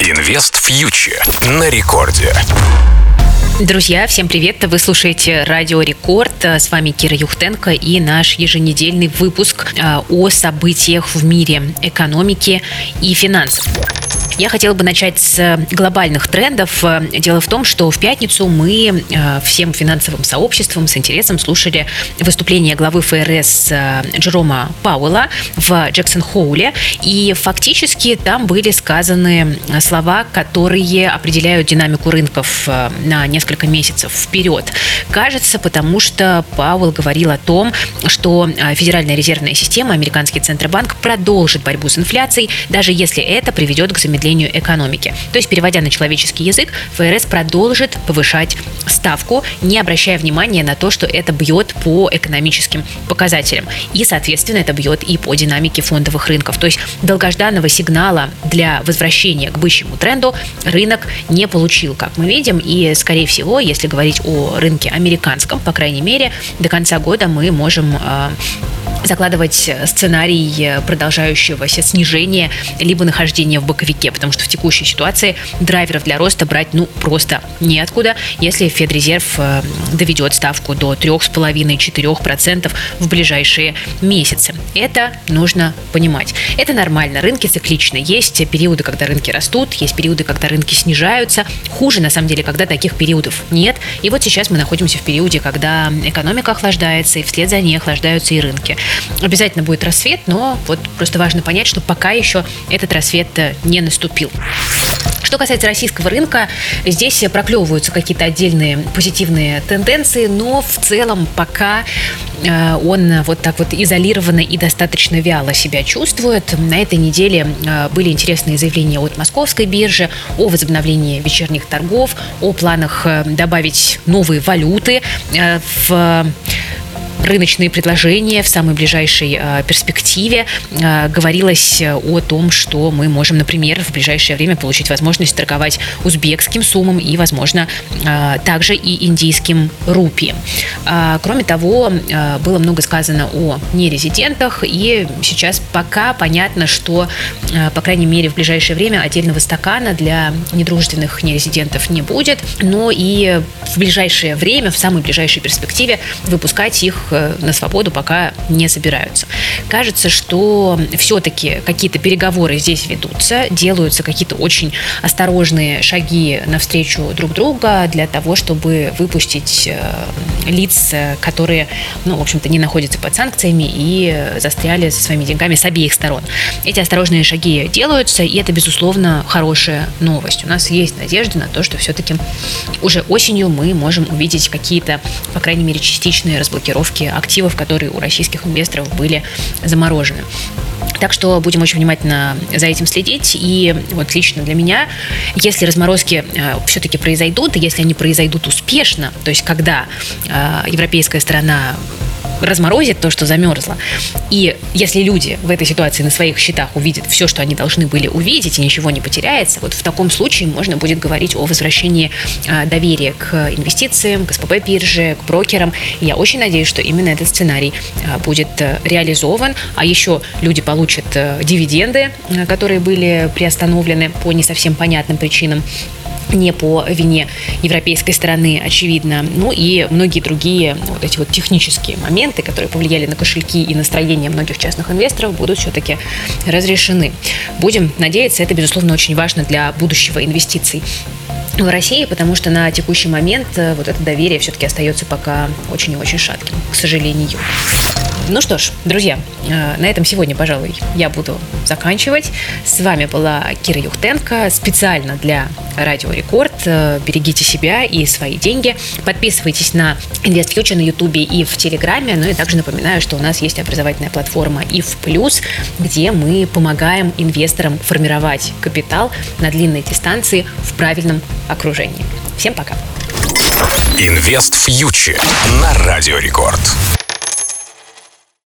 Инвест Фьючер на рекорде. Друзья, всем привет! Вы слушаете Радио Рекорд. С вами Кира Юхтенко и наш еженедельный выпуск о событиях в мире экономики и финансов. Я хотела бы начать с глобальных трендов. Дело в том, что в пятницу мы всем финансовым сообществом с интересом слушали выступление главы ФРС Джерома Пауэлла в Джексон-Хоуле. И фактически там были сказаны слова, которые определяют динамику рынков на несколько месяцев вперед. Кажется, потому что Пауэлл говорил о том, что Федеральная резервная система, американский Центробанк, продолжит борьбу с инфляцией, даже если это приведет к замедлению экономики. То есть, переводя на человеческий язык, ФРС продолжит повышать ставку, не обращая внимания на то, что это бьет по экономическим показателям. И, соответственно, это бьет и по динамике фондовых рынков. То есть, долгожданного сигнала для возвращения к бычьему тренду рынок не получил, как мы видим. И, скорее всего, если говорить о рынке американском, по крайней мере, до конца года мы можем закладывать сценарий продолжающегося снижения либо нахождения в боковике, потому что в текущей ситуации драйверов для роста брать просто неоткуда, если Федрезерв доведет ставку до 3,5-4% в ближайшие месяцы. Это нужно понимать. Это нормально. Рынки цикличны. Есть периоды, когда рынки растут, есть периоды, когда рынки снижаются. Хуже, на самом деле, когда таких периодов нет. И вот сейчас мы находимся в периоде, когда экономика охлаждается, и вслед за ней охлаждаются и рынки. Обязательно будет рассвет, но вот просто важно понять, что пока еще этот рассвет не наступил. Что касается российского рынка, здесь проклевываются какие-то отдельные позитивные тенденции, но в целом пока он вот так вот изолированно и достаточно вяло себя чувствует. На этой неделе были интересные заявления от Московской биржи о возобновлении вечерних торгов, о планах добавить новые валюты в рыночные предложения в самой ближайшей перспективе. Говорилось о том, что мы можем, например, в ближайшее время получить возможность торговать узбекским сумом и, возможно, также и индийским рупи. Кроме того, было много сказано о нерезидентах, и сейчас пока понятно, что, по крайней мере, в ближайшее время отдельного стакана для недружественных нерезидентов не будет, но и в ближайшее время, в самой ближайшей перспективе выпускать их на свободу пока не собираются. Кажется, что все-таки какие-то переговоры здесь ведутся, делаются какие-то очень осторожные шаги навстречу друг друга для того, чтобы выпустить лиц, которые, в общем-то, не находятся под санкциями и застряли со своими деньгами с обеих сторон. Эти осторожные шаги делаются, и это, безусловно, хорошая новость. У нас есть надежда на то, что все-таки уже осенью мы можем увидеть какие-то, по крайней мере, частичные разблокировки активов, которые у российских инвесторов были заморожены. Так что будем очень внимательно за этим следить. И вот лично для меня, если разморозки все-таки произойдут, и если они произойдут успешно, то есть когда европейская сторона разморозит то, что замерзло. И если люди в этой ситуации на своих счетах увидят все, что они должны были увидеть, и ничего не потеряется, вот в таком случае можно будет говорить о возвращении доверия к инвестициям, к СПБ бирже, к брокерам. И я очень надеюсь, что именно этот сценарий будет реализован. А еще люди получат дивиденды, которые были приостановлены по не совсем понятным причинам, не по вине европейской стороны, очевидно. И многие другие вот эти вот технические моменты, которые повлияли на кошельки и настроение многих частных инвесторов, будут все-таки разрешены. Будем надеяться, это, безусловно, очень важно для будущего инвестиций в России, потому что на текущий момент вот это доверие все-таки остается пока очень и очень шатким, к сожалению. Ну что ж, друзья, на этом сегодня, пожалуй, я буду заканчивать. С вами была Кира Юхтенко специально для Радио Рекорд. Берегите себя и свои деньги. Подписывайтесь на Инвест Фьючер на Ютубе и в Телеграме. Ну и также напоминаю, что у нас есть образовательная платформа IF+, где мы помогаем инвесторам формировать капитал на длинной дистанции в правильном окружении. Всем пока! Инвест Фьючер на Радио Рекорд.